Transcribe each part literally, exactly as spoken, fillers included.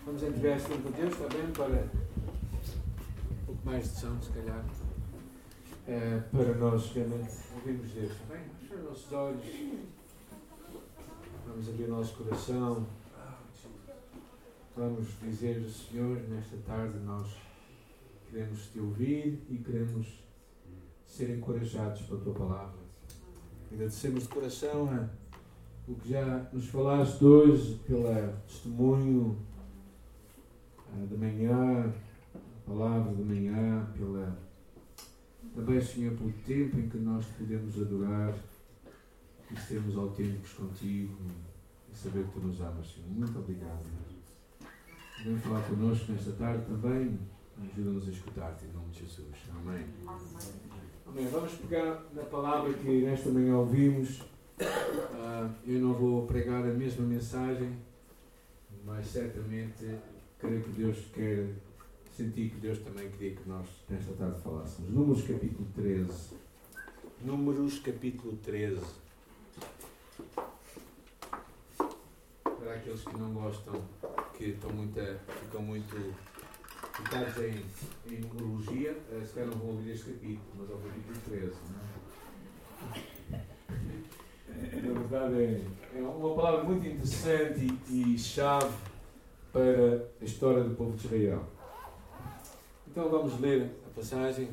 Vamos entregar este tempo a Deus, está bem? Para um pouco mais de som, se calhar, é, para nós realmente ouvirmos Deus, está bem? Vamos fechar os nossos olhos, vamos abrir o nosso coração, vamos dizer ao Senhor, nesta tarde nós queremos te ouvir e queremos ser encorajados pela tua palavra. Agradecemos de coração a o que já nos falaste hoje, pelo testemunho de manhã, a palavra de manhã, pela, também, Senhor, pelo tempo em que nós te podemos adorar e sermos autênticos contigo e saber que tu nos amas, Senhor. Muito obrigado, Deus. Vem falar connosco nesta tarde também, ajuda-nos a escutar-te, em nome de Jesus. Amém. Amém. Vamos pegar na palavra que nesta manhã ouvimos. Uh, eu não vou pregar a mesma mensagem, mas certamente creio que Deus quer, senti que Deus também queria que nós nesta tarde falássemos. Números capítulo treze. Números capítulo treze. Para aqueles que não gostam, que estão muito, ficam muito focados em, em numerologia, se calhar não vão ouvir este capítulo, mas ao capítulo treze. Não é? Na verdade é, é uma palavra muito interessante e, e chave para a história do povo de Israel. Então vamos ler a passagem.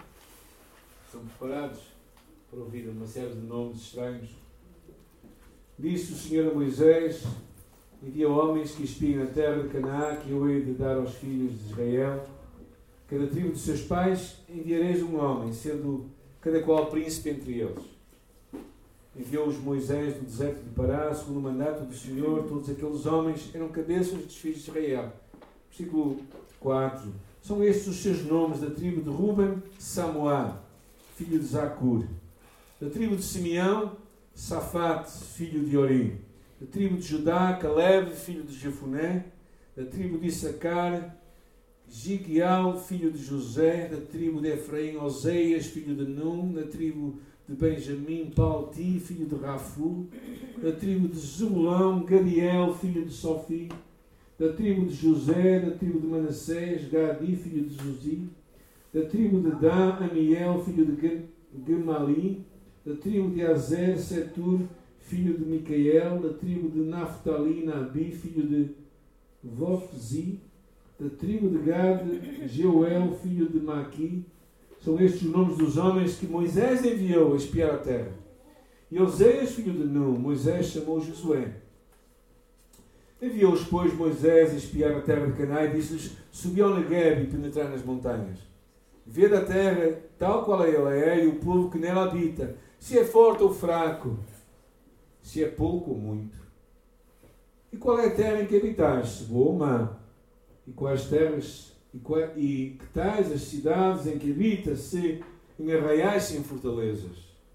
Estão preparados para ouvir uma série de nomes estranhos? Disse o Senhor a Moisés: envia homens que espiem na terra de Canaã, que eu hei de dar aos filhos de Israel. Cada tribo de seus pais enviareis um homem, sendo cada qual príncipe entre eles. Enviou-os Moisés do deserto de Pará, segundo o mandato do Senhor. Todos aqueles homens eram cabeças dos filhos de Israel. Versículo quatro. São estes os seus nomes: da tribo de Ruben, Samuá, filho de Zacur. Da tribo de Simeão, Safate, filho de Ori. Da tribo de Judá, Caleb, filho de Jefuné. Da tribo de Issacar, Gigial, filho de José. Da tribo de Efraim, Oseias, filho de Num. Da tribo de Benjamim, Palti, filho de Rafu. Da tribo de Zebulão, Gadiel, filho de Sofi. Da tribo de José, da tribo de Manassés, Gadi, filho de Josi. Da tribo de Dan, Amiel, filho de Gemali. Da tribo de Azer, Setur, filho de Micael. Da tribo de Naftali, Nabi, filho de Vofzi. Da tribo de Gad, Jeuel, filho de Maqui. São estes os nomes dos homens que Moisés enviou a espiar a terra. E Oseias, filho de Num, Moisés chamou Josué. Enviou-os, pois, Moisés a espiar a terra de Canaã e disse-lhes: subi ao Negueb e penetrai nas montanhas. Vede a terra tal qual ela é e o povo que nela habita, se é forte ou fraco, se é pouco ou muito. E qual é a terra em que habitais, se boa ou má? E quais terras E, qual, e que tais as cidades em que habita, se em arraiais, se em fortalezas?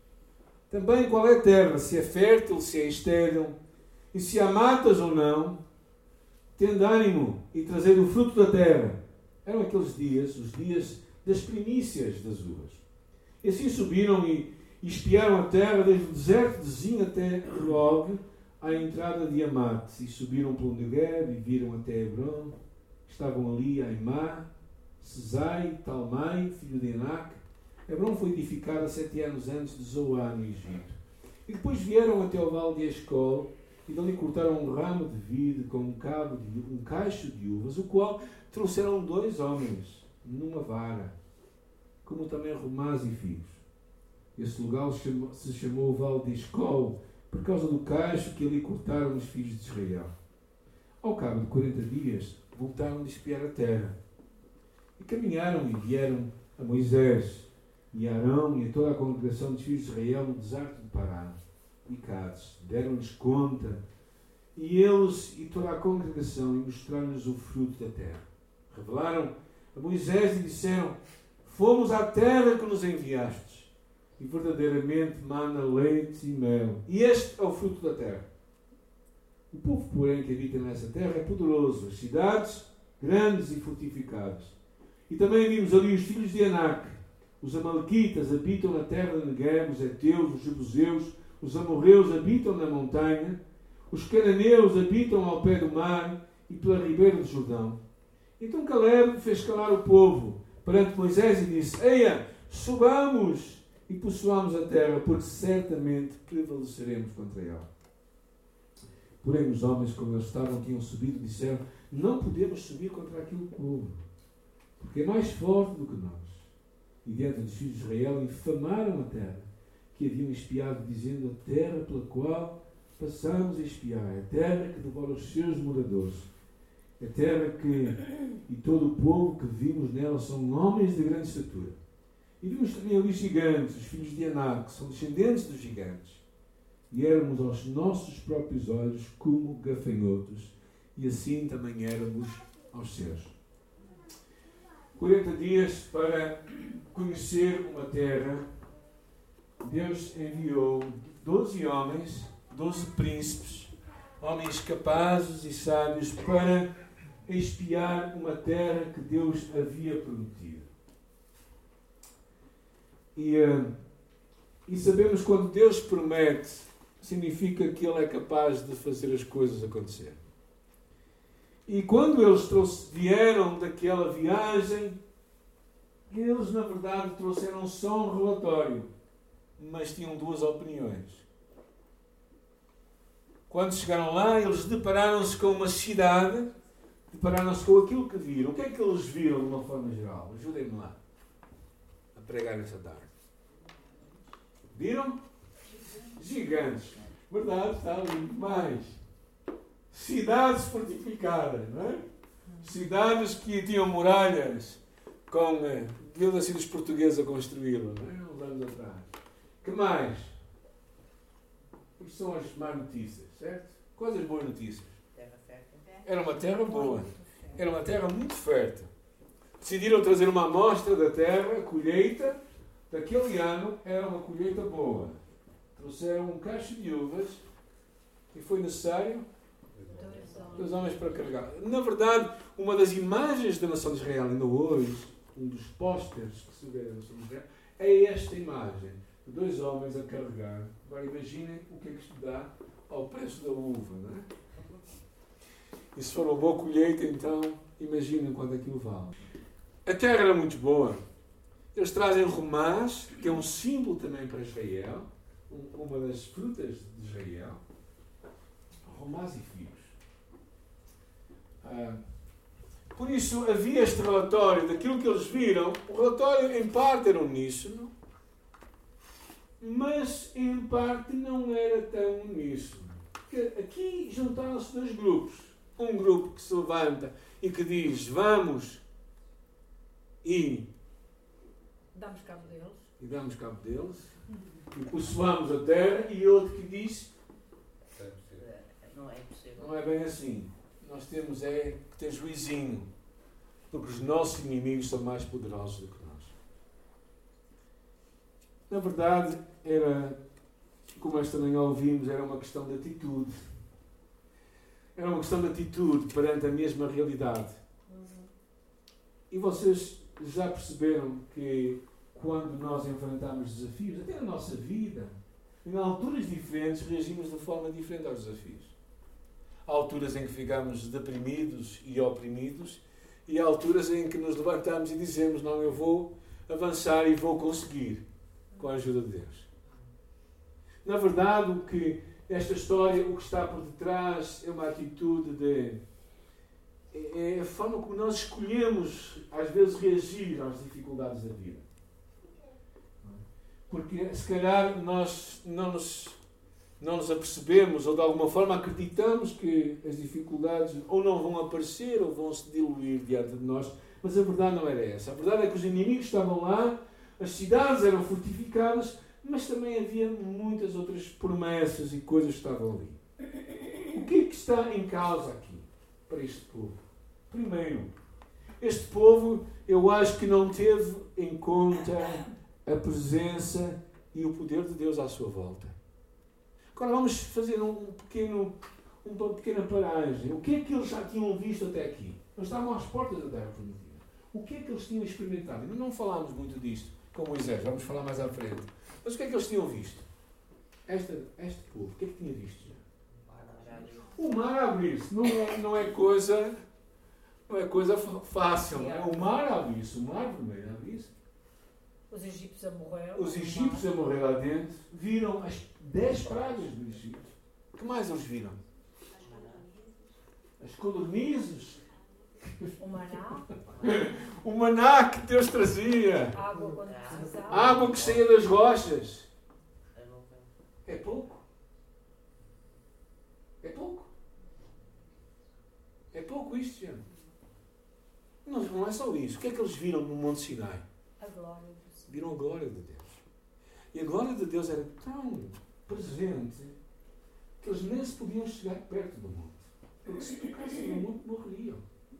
Também qual é a terra, se é fértil, se é estéril, e se há matas ou não? Tende ânimo e trazei o fruto da terra. Eram aqueles dias, os dias das primícias das uvas. E assim subiram e, e espiaram a terra, desde o deserto de Zin até Rog, à entrada de Amate, e subiram pelo Negueb e viram até Hebron. Estavam ali Aimá, Sesai, Talmai, filho de Enac. Hebron foi edificada sete anos antes de Zoá, no Egito. E depois vieram até o vale de Escol, e dali cortaram um ramo de vide com um cabo de um cacho de uvas, o qual trouxeram dois homens numa vara, como também romãs e figos. Esse lugar se chamou o vale de Escol, por causa do cacho que ali cortaram os filhos de Israel. Ao cabo de quarenta dias, voltaram de espiar a terra. E caminharam e vieram a Moisés e a Arão e a toda a congregação dos filhos de Israel no deserto de Pará e Cádiz. Deram-lhes conta, e eles e toda a congregação, e mostraram-lhes o fruto da terra. Revelaram a Moisés e disseram: fomos à terra que nos enviastes, e verdadeiramente mana leite e mel, e este é o fruto da terra. O povo, porém, que habita nessa terra é poderoso, as cidades grandes e fortificadas. E também vimos ali os filhos de Anak. Os amalequitas habitam na terra de Negueb, os heteus, os jebuseus, os amorreus habitam na montanha, os cananeus habitam ao pé do mar, e pela ribeira do Jordão. Então Caleb fez calar o povo perante Moisés e disse: Eia, subamos e possuamos a terra, porque certamente prevaleceremos contra ela. Porém os homens, como eles estavam, tinham subido, disseram: não podemos subir contra aquele povo, porque é mais forte do que nós. E diante dos filhos de Israel infamaram a terra que haviam espiado, dizendo: a terra pela qual passamos a espiar, a terra que devora os seus moradores, a terra que e todo o povo que vimos nela são homens de grande estatura. E vimos também ali gigantes, os filhos de Anak, que são descendentes dos gigantes. E éramos aos nossos próprios olhos como gafanhotos, e assim também éramos aos seus. quarenta dias para conhecer uma terra. Deus enviou doze homens, doze príncipes, homens capazes e sábios para espiar uma terra que Deus havia prometido. E, uh, e sabemos que quando Deus promete, significa que Ele é capaz de fazer as coisas acontecer. E quando eles trouxe, vieram daquela viagem, eles na verdade trouxeram só um relatório, mas tinham duas opiniões. Quando chegaram lá, eles depararam-se com uma cidade, depararam-se com aquilo que viram. O que é que eles viram de uma forma geral? Ajudem-me lá a pregar essa tarde. Viram? Gigantes. Verdade, está ali. Mais. Cidades fortificadas, não é? Cidades que tinham muralhas com... Deviam ter sido os portugueses a construí-las, não é? Uns anos atrás. Que mais? O que são as más notícias, certo? Quais as boas notícias? Era uma terra boa. Era uma terra muito fértil. Decidiram trazer uma amostra da terra, colheita daquele ano, era uma colheita boa. Trouxeram um cacho de uvas e foi necessário dois homens para carregar. Na verdade, uma das imagens da nação de Israel, ainda hoje, um dos pósteres que se vê da nação de Israel, é esta imagem de dois homens a carregar. Agora imaginem o que é que isto dá ao preço da uva, não é? E se for uma boa colheita, então imaginem quanto aquilo vale. A terra era muito boa. Eles trazem romãs, que é um símbolo também para Israel, uma das frutas de Israel. Romãs e figos. Ah, por isso havia este relatório daquilo que eles viram. O relatório em parte era uníssono, mas em parte não era tão uníssono. Porque aqui juntaram-se dois grupos. Um grupo que se levanta e que diz: vamos e damos cabo deles, e damos cabo deles e possuamos a terra, e outro que diz: não é possível. Não é bem assim. Nós temos é que ter juizinho, porque os nossos inimigos são mais poderosos do que nós. Na verdade, era, como esta manhã ouvimos, era uma questão de atitude. Era uma questão de atitude perante a mesma realidade. E vocês já perceberam que quando nós enfrentamos desafios, até na nossa vida, em alturas diferentes, reagimos de forma diferente aos desafios. Há alturas em que ficamos deprimidos e oprimidos, e há alturas em que nos levantamos e dizemos: não, eu vou avançar e vou conseguir, com a ajuda de Deus. Na verdade, o que esta história, o que está por detrás, é uma atitude de... é a forma como nós escolhemos, às vezes, reagir às dificuldades da vida. Porque, se calhar, nós não nos, não nos apercebemos, ou de alguma forma acreditamos que as dificuldades ou não vão aparecer, ou vão se diluir diante de nós, mas a verdade não era essa. A verdade é que os inimigos estavam lá, as cidades eram fortificadas, mas também havia muitas outras promessas e coisas que estavam ali. O que é que está em causa aqui, para este povo? Primeiro, este povo, eu acho que não teve em conta a presença e o poder de Deus à sua volta. Agora vamos fazer um pequeno, uma pequena paragem. O que é que eles já tinham visto até aqui? Eles estavam às portas da terra prometida. O que é que eles tinham experimentado? Ainda não falámos muito disto com Moisés, vamos falar mais à frente. Mas o que é que eles tinham visto? Esta, este povo, o que é que tinha visto já? O mar abrir-se não é, não é coisa, não é coisa fácil. Não é? O mar abrir-se, o mar vermelho abrir-se. Os egípcios a morrer. Os egípcios a morrer lá dentro viram as dez pragas do Egito. O que mais eles viram? As codornizes. O maná. O maná que Deus trazia. Água quando precisava. A água que saía das rochas. É pouco. É pouco. É pouco isto, gente. Não, não é só isso. O que é que eles viram no Monte Sinai? A glória do Senhor. Viram a glória de Deus. E a glória de Deus era tão presente que eles nem se podiam chegar perto do monte. Porque se tocassem no monte, morreriam.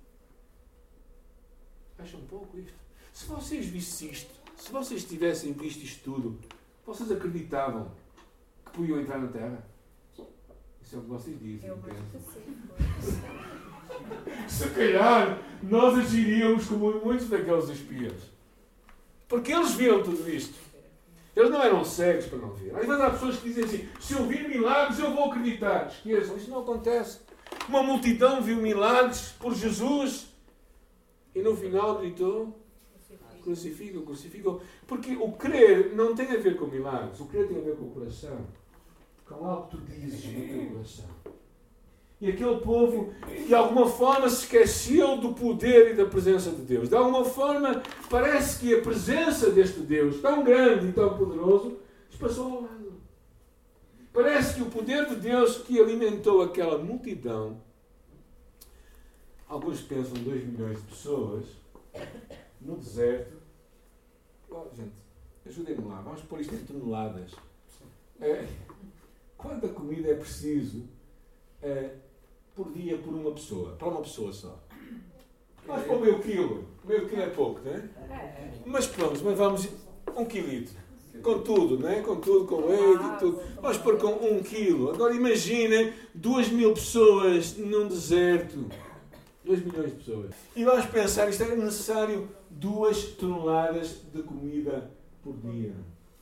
Acham pouco isto? Se vocês vissem isto, se vocês tivessem visto isto tudo, vocês acreditavam que podiam entrar na Terra? Isso é o que vocês dizem. Eu mais que pensam. sim. Se calhar nós agiríamos como muitos daqueles espias. Porque eles viram tudo isto. Eles não eram cegos para não ver. Às vezes há pessoas que dizem assim: se eu vir milagres, eu vou acreditar. Esqueçam, isso não acontece. Uma multidão viu milagres por Jesus e no final gritou: crucificam, crucificam. Porque o crer não tem a ver com milagres. O crer tem a ver com o coração. Com algo que tu dizes no teu coração. E aquele povo, de alguma forma, se esqueceu do poder e da presença de Deus. De alguma forma, parece que a presença deste Deus, tão grande e tão poderoso, se passou ao lado. Parece que o poder de Deus que alimentou aquela multidão, alguns pensam dois milhões de pessoas, no deserto. Oh, gente, ajudem-me lá, vamos pôr isto em toneladas. É, quanta comida é preciso é, por dia por uma pessoa? Para uma pessoa só. Mas para o meio quilo. Meio quilo é pouco, não é? Mas pronto, mas vamos um quilito. Com tudo, não é? Com tudo, com leite e tudo. Vamos pôr com um quilo. Agora imaginem duas mil pessoas num deserto. Dois milhões de pessoas. E vamos pensar, isto era necessário duas toneladas de comida por dia.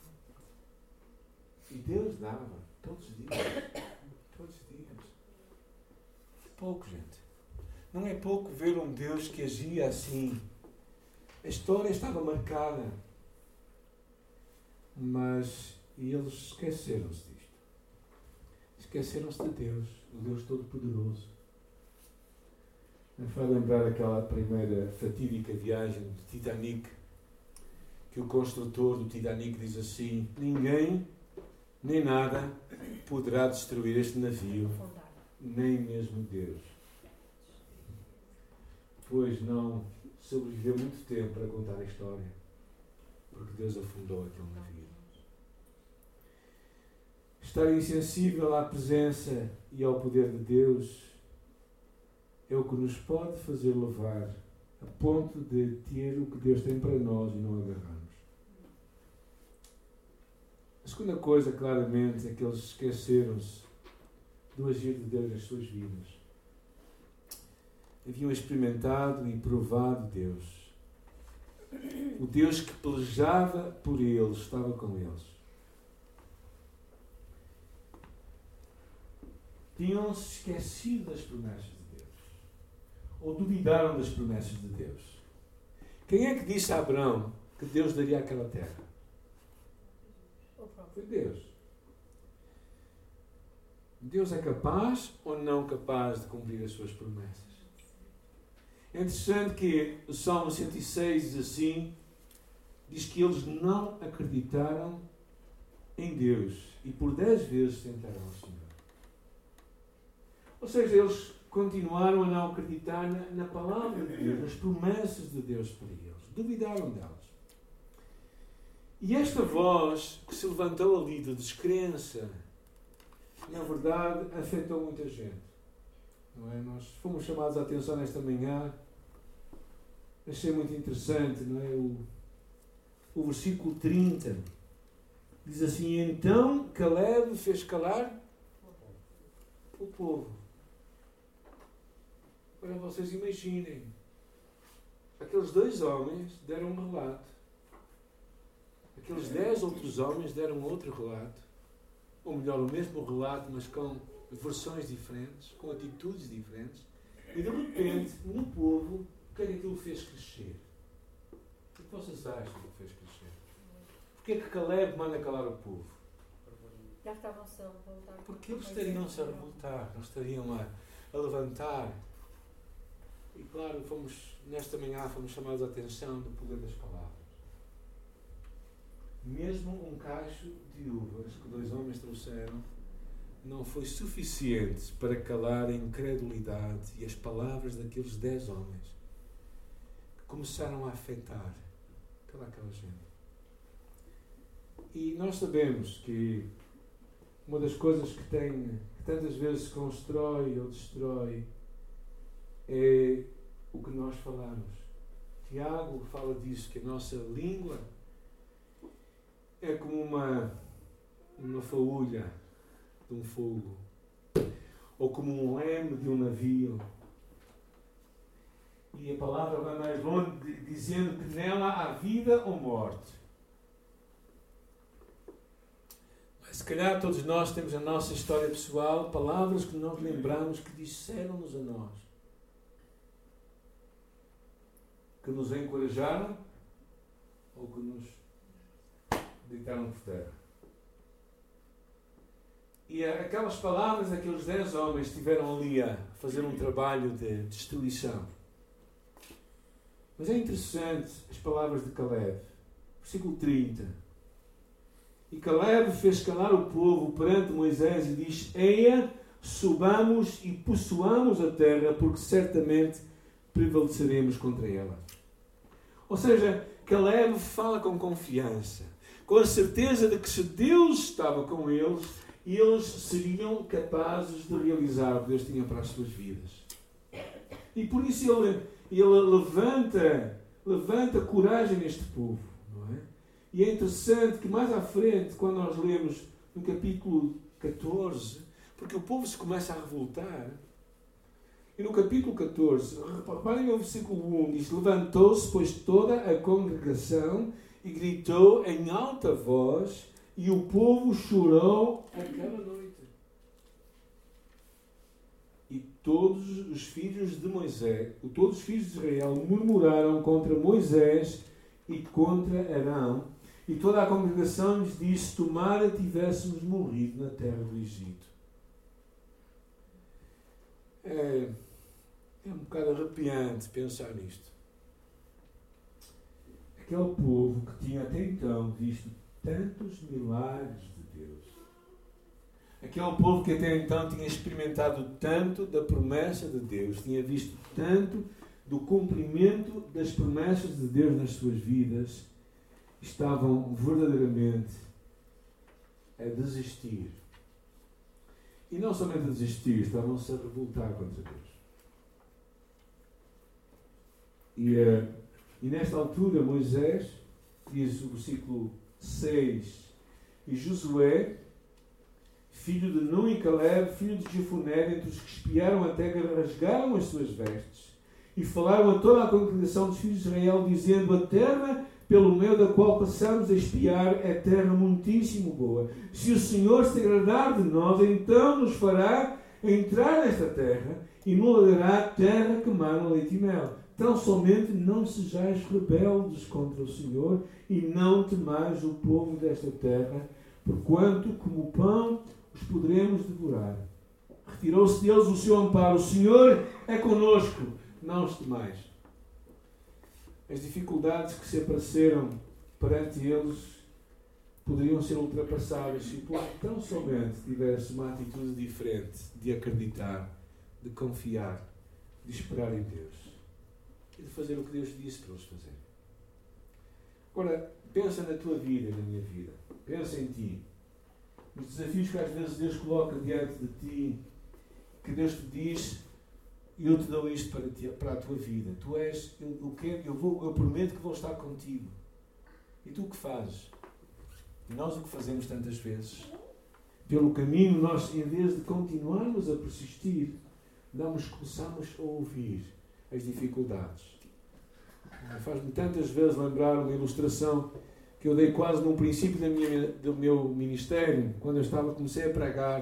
E Deus dava. Todos os dias. Todos os dias. Pouco, gente. Não é pouco ver um Deus que agia assim. A história estava marcada. Mas eles esqueceram-se disto. Esqueceram-se de Deus, o Deus Todo-Poderoso. Me faz lembrar aquela primeira fatídica viagem do Titanic, que o construtor do Titanic diz assim: ninguém, nem nada, poderá destruir este navio, nem mesmo Deus. Pois não sobreviveu muito tempo para contar a história, porque Deus afundou aquele navio. Estar insensível à presença e ao poder de Deus é o que nos pode fazer levar a ponto de ter o que Deus tem para nós e não agarrarmos. A segunda coisa, claramente, é que eles esqueceram-se do agir de Deus nas suas vidas. Haviam experimentado e provado Deus. O Deus que pelejava por eles estava com eles. Tinham-se esquecido das promessas de Deus. Ou duvidaram das promessas de Deus. Quem é que disse a Abraão que Deus daria aquela terra? Foi Deus. Deus é capaz ou não capaz de cumprir as suas promessas? É interessante que o Salmo cento e seis diz assim, diz que eles não acreditaram em Deus e por dez vezes tentaram ao Senhor. Ou seja, eles continuaram a não acreditar na, na palavra de Deus, nas promessas de Deus para eles. Duvidaram delas. E esta voz que se levantou ali de descrença, na verdade, afetou muita gente. Não é? Nós fomos chamados a atenção nesta manhã. Achei muito interessante, não é? O, o versículo trinta diz assim: então Caleb fez calar o povo. Agora vocês imaginem, aqueles dois homens deram um relato, aqueles dez outros homens deram outro relato, ou melhor, o mesmo relato, mas com versões diferentes, com atitudes diferentes, e de repente, no povo, o que é que aquilo fez crescer? O que vocês acham que fez crescer? Porquê é que Caleb manda calar o povo? Já estavam-se a revoltar. Porque eles estariam-se a revoltar, não estariam a, a levantar. E claro, fomos, nesta manhã fomos chamados a atenção do poder das palavras. Mesmo um cacho de uvas que dois homens trouxeram não foi suficiente para calar a incredulidade e as palavras daqueles dez homens que começaram a afetar toda aquela gente. E nós sabemos que uma das coisas que tem, que tantas vezes constrói ou destrói, é o que nós falamos. Tiago fala disso, que a nossa língua é como uma, uma faúlha de um fogo, ou como um leme de um navio. E a palavra vai mais longe, dizendo que nela há vida ou morte. Mas, se calhar todos nós temos a nossa história pessoal, palavras que nós lembramos que disseram-nos a nós, que nos encorajaram ou que nos deitaram por terra. E aquelas palavras daqueles dez homens estiveram ali a fazer um trabalho de destruição. Mas é interessante as palavras de Caleb. Versículo trinta. E Caleb fez calar o povo perante Moisés e diz: Eia, subamos e possuamos a terra, porque certamente prevaleceremos contra ela. Ou seja, Caleb fala com confiança, com a certeza de que se Deus estava com eles, eles seriam capazes de realizar o que Deus tinha para as suas vidas. E por isso ele, ele levanta, levanta coragem neste povo. Não é? E é interessante que mais à frente, quando nós lemos no capítulo catorze, porque o povo se começa a revoltar, e no capítulo catorze, reparem no versículo um, diz: levantou-se, pois, toda a congregação e gritou em alta voz, e o povo chorou aquela noite. E todos os filhos de Moisés, todos os filhos de Israel murmuraram contra Moisés e contra Arão, e toda a congregação lhes disse: tomara tivéssemos morrido na terra do Egito. É, é um bocado arrepiante pensar nisto. Aquele povo que tinha até então visto tantos milagres de Deus. Aquele povo que até então tinha experimentado tanto da promessa de Deus, tinha visto tanto do cumprimento das promessas de Deus nas suas vidas, estavam verdadeiramente a desistir. E não somente a desistir, estavam-se a revoltar contra Deus. E, uh, e nesta altura, Moisés, diz o versículo seis, e Josué, filho de Nun e Caleb, filho de Jefoné, entre os que espiaram a terra, rasgaram as suas vestes e falaram a toda a congregação dos filhos de Israel, dizendo: a terra pelo meio da qual passamos a espiar é terra muitíssimo boa. Se o Senhor se agradar de nós, então nos fará entrar nesta terra e nos dará terra que mana leite e mel. Tão somente não sejais rebeldes contra o Senhor e não temais o povo desta terra, porquanto como pão os poderemos devorar. Retirou-se deles o seu amparo. O Senhor é conosco, não os temais. As dificuldades que se apareceram perante eles poderiam ser ultrapassadas se o povo tão somente tivesse uma atitude diferente de acreditar, de confiar, de esperar em Deus e de fazer o que Deus disse para eles fazerem. Agora, pensa na tua vida e na minha vida. Pensa em ti. Os desafios que às vezes Deus coloca diante de ti, que Deus te diz: eu te dou isto para, ti, para a tua vida. Tu és, eu, eu, quero, eu, vou, eu prometo que vou estar contigo. E tu o que fazes? E nós o que fazemos tantas vezes? Pelo caminho, nós, em vez de continuarmos a persistir, damos, começamos a ouvir as dificuldades. Faz-me tantas vezes lembrar uma ilustração que eu dei quase no princípio da minha, do meu ministério, quando eu estava, comecei a pregar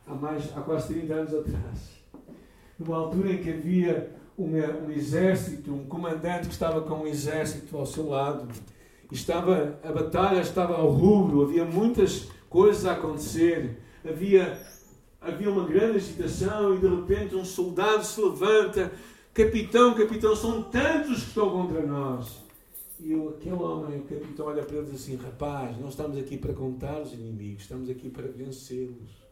há, mais, há quase trinta anos atrás. Numa altura em que havia uma, um exército, um comandante que estava com um exército ao seu lado. E estava, a batalha estava ao rubro, havia muitas coisas a acontecer. Havia, havia uma grande agitação e de repente um soldado se levanta. Capitão, capitão, são tantos que estão contra nós. E eu, aquele homem, o capitão, olha para ele e diz assim: rapaz, não estamos aqui para contar os inimigos, estamos aqui para vencê-los.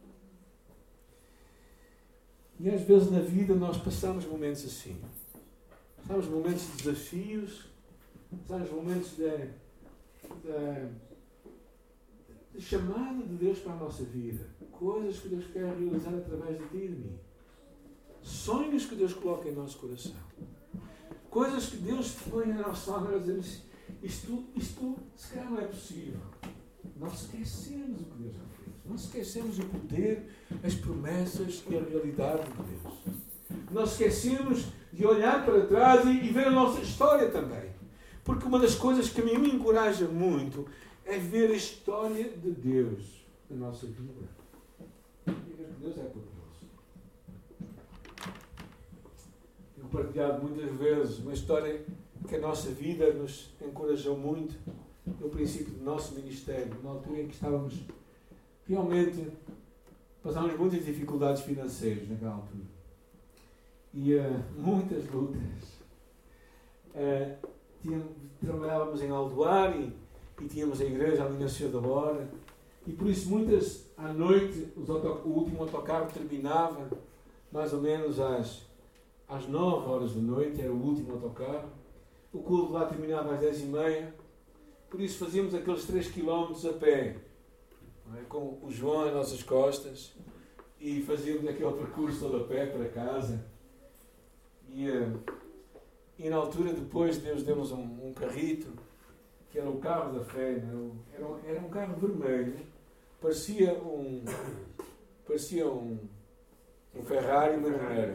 E às vezes na vida nós passamos momentos assim. Passamos momentos de desafios, passamos momentos de, de, de chamada de Deus para a nossa vida. Coisas que Deus quer realizar através de ti e de mim. Sonhos que Deus coloca em nosso coração. Coisas que Deus põe na nossa alma e dizer: isto, isto se calhar não é possível. Nós esquecemos o que Deus já fez. Nós esquecemos o poder, as promessas e a realidade de Deus. Nós esquecemos de olhar para trás e, e ver a nossa história também. Porque uma das coisas que a mim me encoraja muito é ver a história de Deus na nossa vida. E ver que Deus é poderoso. Tenho partilhado muitas vezes uma história que a nossa vida nos encorajou muito no princípio do nosso ministério, na altura em que estávamos realmente, passámos muitas dificuldades financeiras naquela altura. E uh, muitas lutas. Uh, tínhamos, trabalhávamos em Aldoar e, e tínhamos a igreja ali na Senhora da Hora. E por isso muitas, à noite, os auto, o último autocarro terminava mais ou menos às, às nove horas da noite, era o último autocarro. O culto lá terminava às dez e meia. Por isso fazíamos aqueles três quilómetros a pé, não é? Com o João às nossas costas, e fazíamos aquele percurso todo a pé para casa. E, e na altura depois Deus deu-nos um, um carrito, que era o carro da fé, não? Era, era um carro vermelho, parecia um, parecia um, um Ferrari, mas não era.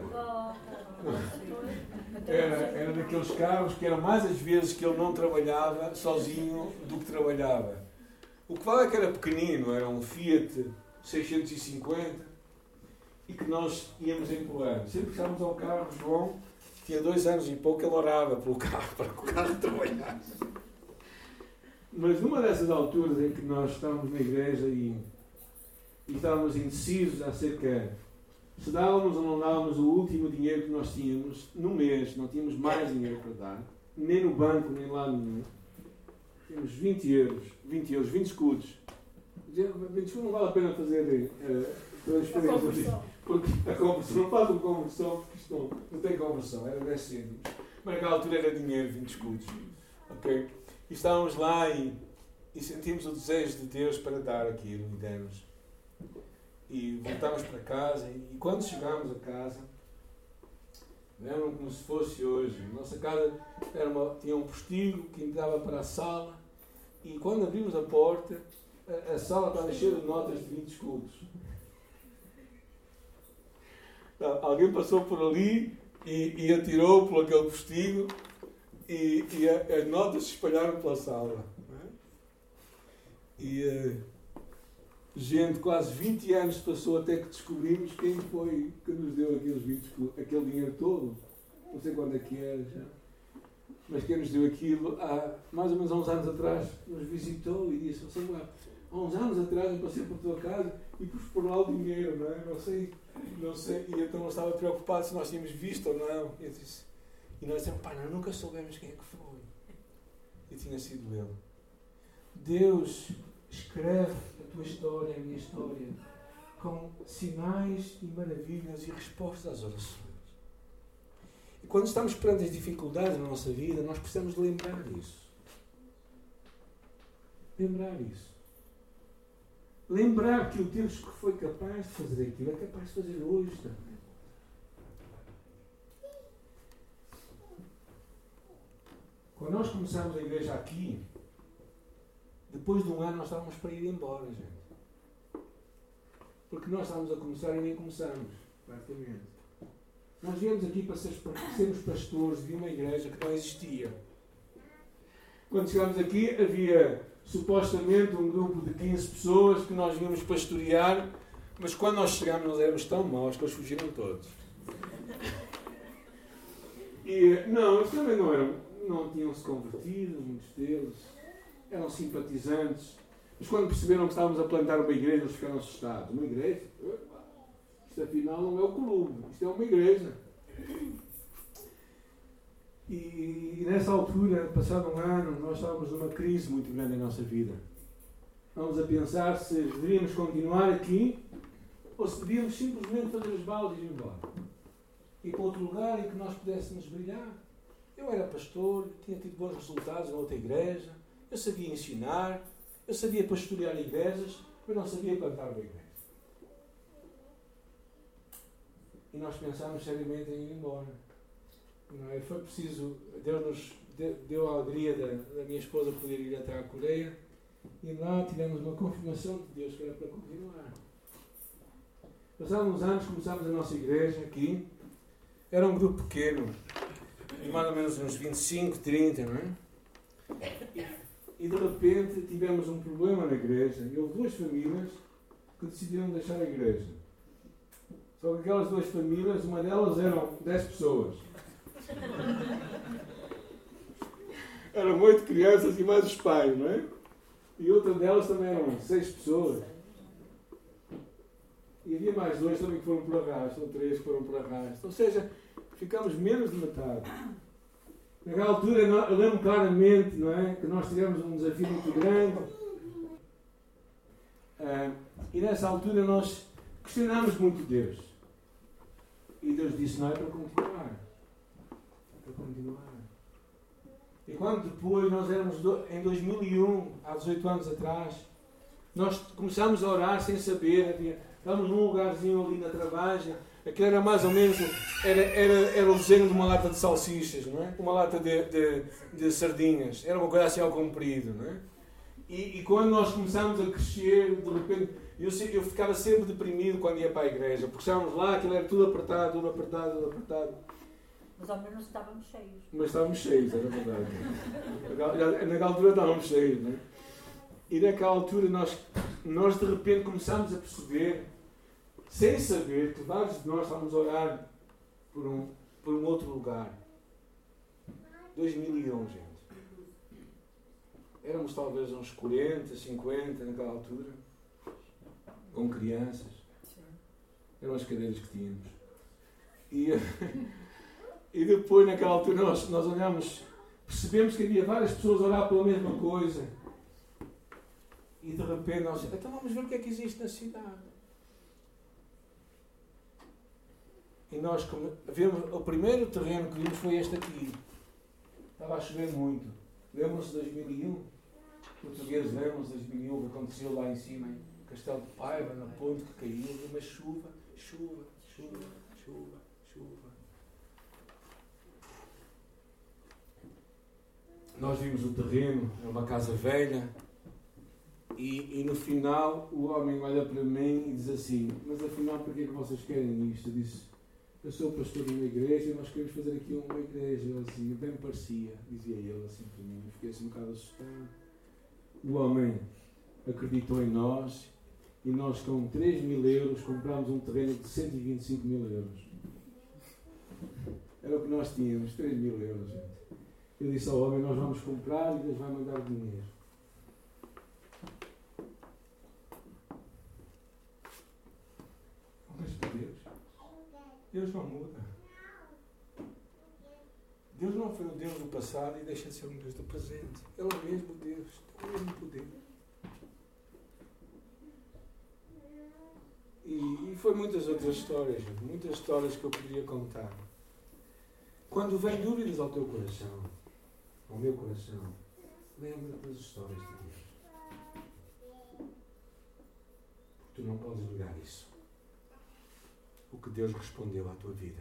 Era, era daqueles carros que eram mais as vezes que ele não trabalhava sozinho do que trabalhava. O que vale é que era pequenino, era um Fiat seiscentos e cinquenta e que nós íamos empurrando. Sempre que estávamos ao carro, João tinha dois anos e pouco, ele orava pelo carro, para que o carro trabalhasse. Mas numa dessas alturas em que nós estávamos na igreja e, e estávamos indecisos acerca se dávamos ou não dávamos o último dinheiro que nós tínhamos no mês, não tínhamos mais dinheiro para dar, nem no banco, nem lá nenhum. Tínhamos vinte euros, vinte euros, vinte escudos. vinte escudos não vale a pena fazer uh, transferência, porque a conversão, não faz uma conversão, porque isto não, não tem conversão, era dez cêntimos. Mas naquela altura era dinheiro, vinte escudos. Okay? E estávamos lá e, e sentimos o desejo de Deus para dar aquilo e demos. E voltámos para casa e, e quando chegámos a casa, lembram como se fosse hoje. A nossa casa era uma, tinha um postigo que dava para a sala e quando abrimos a porta, a, a sala estava cheia de notas de vinte escudos. Alguém passou por ali e, e atirou por aquele postigo e, e a, as notas se espalharam pela sala. Não é? E uh, gente, quase vinte anos passou até que descobrimos quem foi que nos deu aqueles vinte, aquele dinheiro todo. Não sei quando é que era já. Mas quem nos deu aquilo, há mais ou menos há uns anos atrás, nos visitou e disse: Samuel, há uns anos atrás eu passei por tua casa e pus por lá o dinheiro, não é? Não sei, não sei. E então eu estava preocupado se nós tínhamos visto ou não. E, disse, e nós dissemos: pai, nós nunca soubemos quem é que foi. E tinha sido ele. Deus escreve a tua história, a minha história, com sinais e maravilhas e respostas às orações. E quando estamos perante as dificuldades na nossa vida, nós precisamos de lembrar isso. Lembrar isso. Lembrar que o Deus que foi capaz de fazer aquilo é capaz de fazer hoje também. Quando nós começámos a igreja aqui, depois de um ano nós estávamos para ir embora, gente. Porque nós estávamos a começar e nem começamos, praticamente. Nós viemos aqui para sermos pastores de uma igreja que não existia. Quando chegámos aqui havia supostamente um grupo de quinze pessoas que nós íamos pastorear Mas quando nós chegámos, nós éramos tão maus que eles fugiram todos. E, não, eles também não eram, não tinham-se convertido, muitos deles. Eram simpatizantes. Mas quando perceberam que estávamos a plantar uma igreja, eles ficaram assustados. Uma igreja? Isto afinal não é o clube, isto é uma igreja. E, e nessa altura, passado um ano, nós estávamos numa crise muito grande na nossa vida. Estávamos a pensar se deveríamos continuar aqui ou se devíamos simplesmente fazer os baldes e ir embora. Ir para outro lugar em que nós pudéssemos brilhar. Eu era pastor, tinha tido bons resultados na outra igreja, eu sabia ensinar, eu sabia pastorear igrejas, mas não sabia plantar uma igreja. E nós pensámos seriamente em ir embora. Não é? Foi preciso, Deus nos deu, deu a alegria da, da minha esposa poder ir até à Coreia e lá tivemos uma confirmação de Deus que era para continuar. Passados uns anos começámos a nossa igreja aqui. Era um grupo pequeno, de mais ou menos uns vinte e cinco, trinta, não é? E de repente tivemos um problema na igreja e houve duas famílias que decidiram deixar a igreja. Só que aquelas duas famílias, uma delas eram dez pessoas. Eram oito crianças e mais os pais, não é? E outra delas também eram seis pessoas. E havia mais dois também que foram por arrasto, ou três que foram por arrasto. Ou seja, ficámos menos de metade. Naquela altura, eu lembro claramente, não é, que nós tivemos um desafio muito grande. Ah, e nessa altura nós questionámos muito Deus. E Deus disse, não é para continuar. É para continuar. E quando depois, nós éramos do, em dois mil e um, há dezoito anos atrás, nós começámos a orar sem saber. Havia, estávamos num lugarzinho ali na Travagem. Aquilo era mais ou menos, era, era, era o desenho de uma lata de salsichas, não é? Uma lata de, de, de sardinhas. Era uma coisa assim ao comprido, não é? E, e quando nós começámos a crescer, de repente, eu, eu ficava sempre deprimido quando ia para a igreja, porque estávamos lá, aquilo era tudo apertado, tudo apertado, tudo apertado. Mas ao menos estávamos cheios. Mas estávamos cheios, era verdade. Naquela altura estávamos cheios, não é? E naquela altura nós, nós de repente começámos a perceber, sem saber, que vários de nós estávamos a orar por um, por um outro lugar. dois mil e um, gente. Éramos talvez uns quarenta, cinquenta naquela altura, com crianças. Eram as cadeiras que tínhamos. E, e depois, naquela altura, nós, nós olhámos, percebemos que havia várias pessoas a orar pela mesma coisa. E de repente nós dissemos, então vamos ver o que é que existe na cidade. E nós vimos, o primeiro terreno que vimos foi este aqui. Estava a chover muito. Lembram-se de dois mil e um? Portugueses, lembram-se de dois mil e um, que aconteceu lá em cima, em Castelo de Paiva, na ponte que caiu, uma chuva, chuva, chuva, chuva, chuva. Nós vimos o terreno, é uma casa velha, e, e no final o homem olha para mim e diz assim, mas afinal para que é que vocês querem isto? Eu disse, eu sou pastor de uma igreja e nós queremos fazer aqui uma igreja. Ele assim, bem me parecia, dizia ele assim para mim. Eu fiquei assim um bocado assustado. O homem acreditou em nós e nós com três mil euros comprámos um terreno de cento e vinte e cinco mil euros. Era o que nós tínhamos, três mil euros. Gente. Eu disse ao homem, nós vamos comprar e Deus vai mandar dinheiro. Mas Deus, Deus não muda. Deus não foi o Deus do passado e deixa de ser um Deus do presente. Ele é o mesmo Deus, tem o mesmo poder. E, e foi muitas outras histórias, muitas histórias que eu poderia contar. Quando vem dúvidas ao teu coração, ao meu coração, lembra das histórias de Deus. Porque tu não podes negar isso. O que Deus respondeu à tua vida.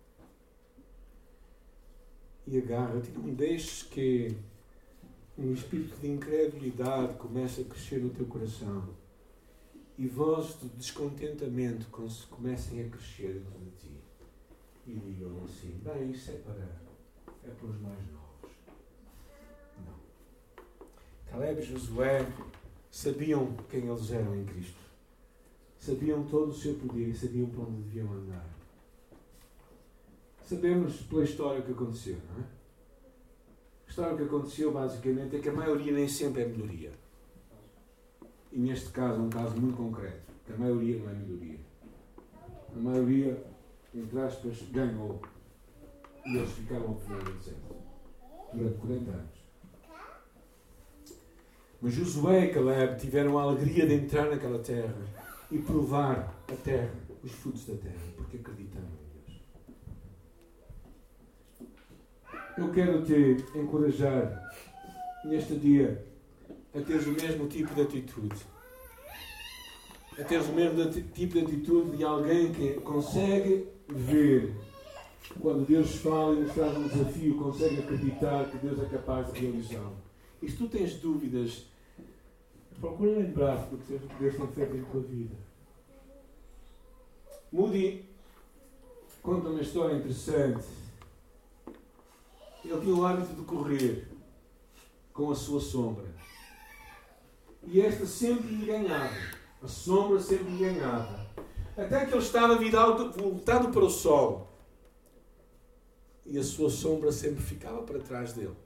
E agarra-te, não deixes que um espírito de incredulidade comece a crescer no teu coração e vozes de descontentamento comecem a crescer dentro de ti e digam assim, bem, isso é para, é para os mais novos. Não. Caleb e Josué sabiam quem eles eram em Cristo. sabiam todo o seu poder e sabiam para onde deviam andar. Sabemos pela história o que aconteceu, não é? A história que aconteceu, basicamente, é que a maioria nem sempre é melhoria. E neste caso é um caso muito concreto, que a maioria não é melhoria. A maioria, entre aspas, ganhou. E eles ficaram ao final do deserto. Durante quarenta anos. Mas Josué e Caleb tiveram a alegria de entrar naquela terra e provar a terra, os frutos da terra, porque acreditaram em Deus. Eu quero te encorajar neste dia a teres o mesmo tipo de atitude. A teres o mesmo tipo de atitude de alguém que consegue ver quando Deus fala e nos traz um desafio, consegue acreditar que Deus é capaz de realizá-lo. E se tu tens dúvidas, procura lembrar-te do que Deus tem feito em tua vida. Moody conta uma história interessante. Ele tinha o hábito de correr com a sua sombra. E esta sempre lhe ganhava. A sombra sempre lhe ganhava. Até que ele estava virado, voltado para o sol. E a sua sombra sempre ficava para trás dele.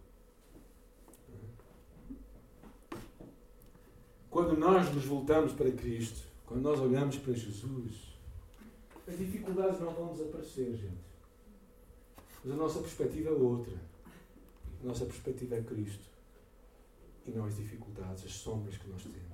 Quando nós nos voltamos para Cristo, quando nós olhamos para Jesus, as dificuldades não vão desaparecer, gente. Mas a nossa perspectiva é outra. A nossa perspectiva é Cristo. E não as dificuldades, as sombras que nós temos.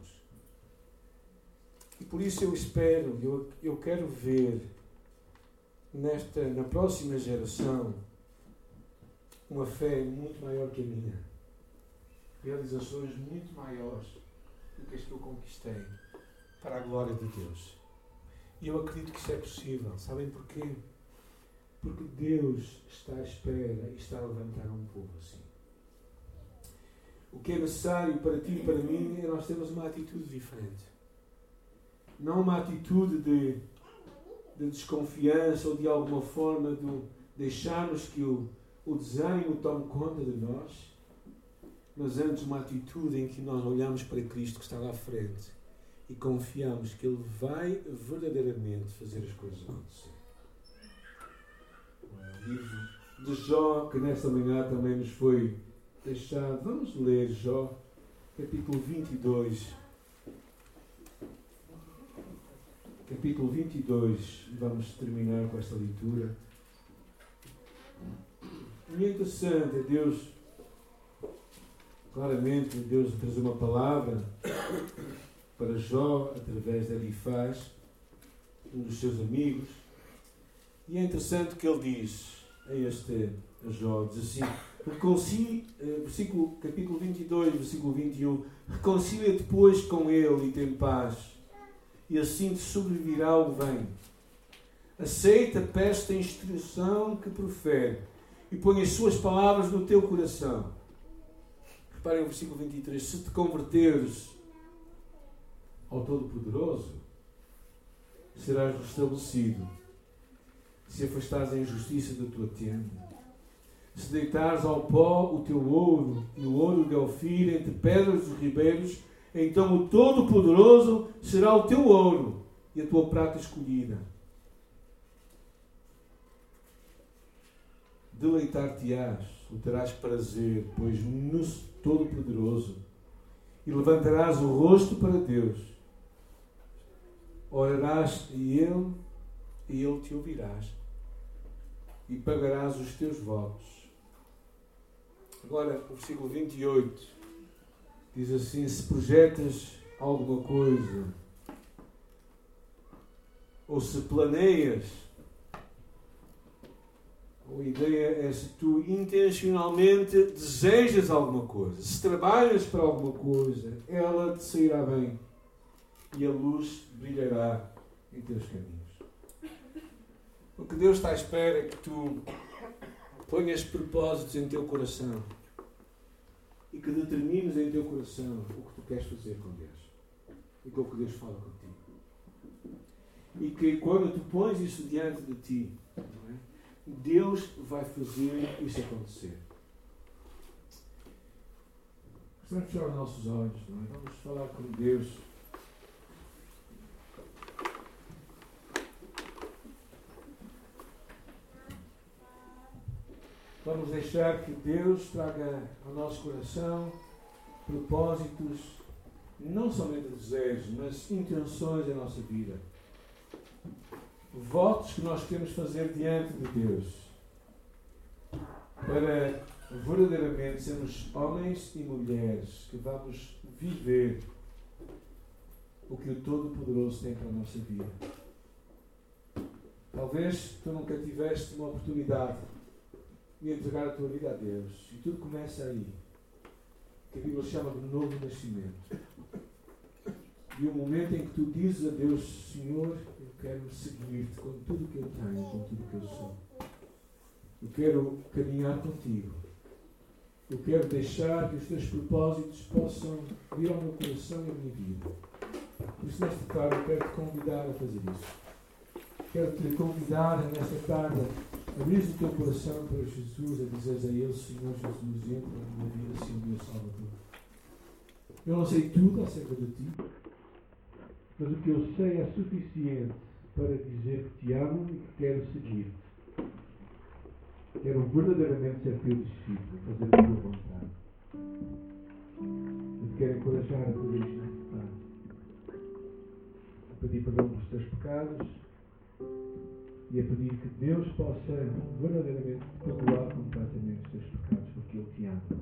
E por isso eu espero, eu, eu quero ver nesta, na próxima geração uma fé muito maior que a minha. Realizações muito maiores do que as que eu conquistei para a glória de Deus. E eu acredito que isso é possível. Sabem porquê? Porque Deus está à espera e está a levantar um povo assim. O que é necessário para ti e para mim é nós termos uma atitude diferente. Não uma atitude de, de desconfiança ou de alguma forma de deixarmos que o, o desânimo tome conta de nós, mas antes uma atitude em que nós olhamos para Cristo que está lá à frente e confiamos que Ele vai verdadeiramente fazer as coisas acontecer. O livro de Jó, que nesta manhã também nos foi deixado. Vamos ler Jó, capítulo vinte e dois. Capítulo vinte e dois. Vamos terminar com esta leitura. E é interessante, Deus, claramente, Deus traz uma palavra para Jó, através de Elifaz, um dos seus amigos. E é interessante que ele diz a este a Jó, diz assim, reconcilia, versículo, capítulo vinte e dois, versículo vinte e um, reconcilia-te, pois, com ele e tem paz, e assim te sobrevirá o bem. Aceita, peço-te a instrução que profere, e põe as suas palavras no teu coração. Reparem o versículo vinte e três, se te converteres ao Todo-Poderoso, serás restabelecido. Se afastares a injustiça da tua tenda, se deitares ao pó o teu ouro e o ouro de Ofir entre pedras dos ribeiros, então o Todo-Poderoso será o teu ouro e a tua prata escolhida. Deleitar-te-ás, ou terás prazer, pois no Todo-Poderoso, e levantarás o rosto para Deus. Orarás a Ele, e Ele te ouvirás, e pagarás os teus votos. Agora, o versículo vinte e oito diz assim, se projetas alguma coisa, ou se planeias, ou a ideia é se tu intencionalmente desejas alguma coisa, se trabalhas para alguma coisa, ela te sairá bem e a luz brilhará em teus caminhos. O que Deus está à espera é que tu ponhas propósitos em teu coração e que determines em teu coração o que tu queres fazer com Deus e com o que Deus fala contigo. E que quando tu pões isso diante de ti, não é? Deus vai fazer isso acontecer. Vamos fechar os nossos olhos, não é? Vamos falar com Deus. Vamos deixar que Deus traga ao nosso coração propósitos, não somente desejos, mas intenções da nossa vida. Votos que nós queremos fazer diante de Deus. Para verdadeiramente sermos homens e mulheres que vamos viver o que o Todo-Poderoso tem para a nossa vida. Talvez tu nunca tiveste uma oportunidade de entregar a tua vida a Deus. E tudo começa aí. Que a Bíblia chama de novo nascimento. E o momento em que tu dizes a Deus: Senhor, eu quero seguir-te com tudo o que eu tenho, com tudo o que eu sou. Eu quero caminhar contigo. Eu quero deixar que os teus propósitos possam vir ao meu coração e à minha vida. Por isso, nesta tarde, eu quero te convidar a fazer isso. Quero te convidar, nesta tarde, a abrir o teu coração para Jesus, a dizeres a Ele: Senhor Jesus, entra na minha vida, Senhor meu Salvador. Eu não sei tudo acerca de ti, mas o que eu sei é suficiente para dizer que te amo e que quero seguir-te. Quero verdadeiramente ser teu discípulo, fazer a tua vontade. Eu te quero encorajar a fazer isto nesta tarde. A pedir perdão pelos teus pecados e a pedir que Deus possa verdadeiramente perdoar completamente os teus pecados, porque Ele te ama.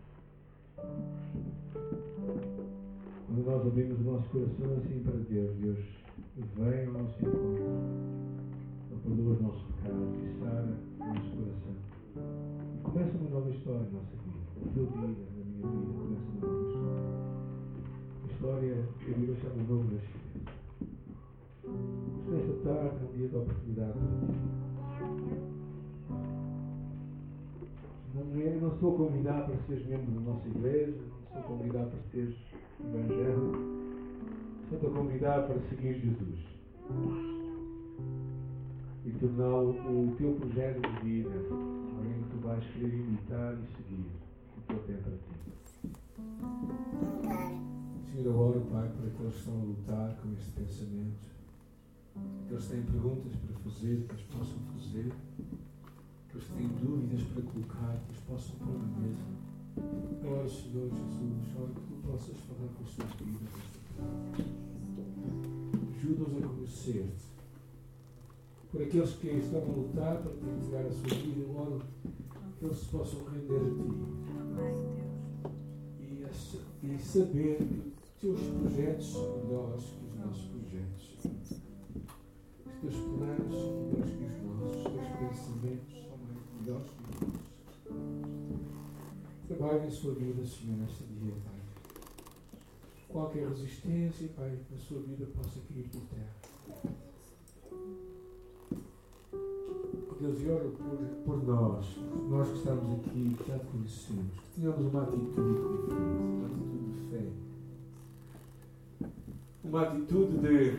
Quando nós abrimos o nosso coração assim para Deus, Deus vem ao nosso encontro, Ele perdoa os nossos pecados e sara o nosso coração. E começa uma nova história na nossa vida. Na tua vida, na minha vida, começa uma nova história. A história que a Bíblia chama de novo nascimento. Mas nesta tarde é um dia de oportunidade para ti. Não, é, não sou convidado para seres membro da nossa igreja, não sou convidado para teres evangelho. Estou-te a convidar para seguir Jesus e torná-lo o teu projeto de vida, alguém que tu vais querer imitar e seguir o que Ele tem para ti. Senhor, eu oro, Pai, por aqueles que estão a lutar com este pensamento, aqueles que têm perguntas para fazer, que as possam fazer, aqueles que têm dúvidas para colocar, que as possam pôr na mesa. Eu oro, Senhor Jesus, oro que tu possas falar com as suas vidas. Ajuda-os a conhecer-te. Por aqueles que estão a lutar para te entregar a sua vida, eu oro que eles se possam render a ti. E, a, e saber que os teus projetos são melhores que os nossos projetos. Os teus planos são melhores que os nossos. Os teus pensamentos são melhores que os nossos. Trabalhe em sua vida, Senhor, neste dia, Pai. Qualquer resistência, Pai, na sua vida possa cair por terra. Deus, e oro por, por nós, nós que estamos aqui, que já te conhecemos, que tenhamos uma atitude diferente, uma atitude de fé, uma atitude de,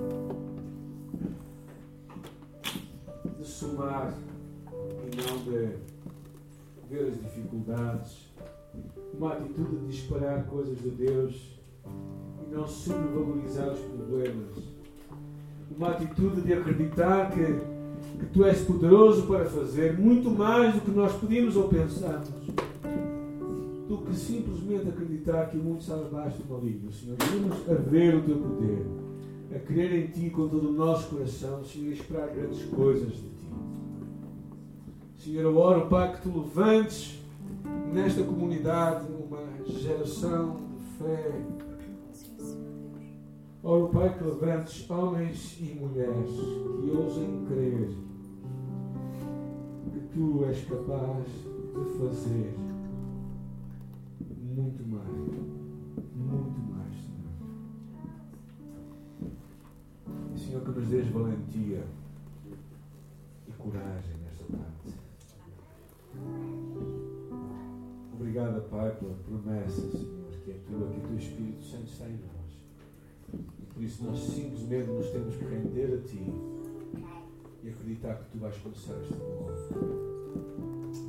de somar e não de ver as dificuldades, uma atitude de disparar coisas de Deus e não sobrevalorizar os problemas, uma atitude de acreditar que que Tu és poderoso para fazer muito mais do que nós pedimos ou pensamos, do que simplesmente acreditar que o mundo está abaixo do maligno. Senhor, ajuda-nos a ver o Teu poder, a crer em Ti com todo o nosso coração, Senhor, e esperar grandes coisas de Ti. Senhor, eu oro, Pai, que Tu levantes nesta comunidade uma geração de fé. Oro, Pai, que levantes homens e mulheres que ousem crer que Tu és capaz de fazer muito mais, muito mais, Senhor. E, Senhor, que nos dês valentia e coragem nesta tarde. Obrigada, Pai, pela promessa, Senhor, que é Tua, que o Teu Espírito Santo está em nós. Por isso nós simplesmente nos temos que render a Ti e acreditar que Tu vais começar esta obra.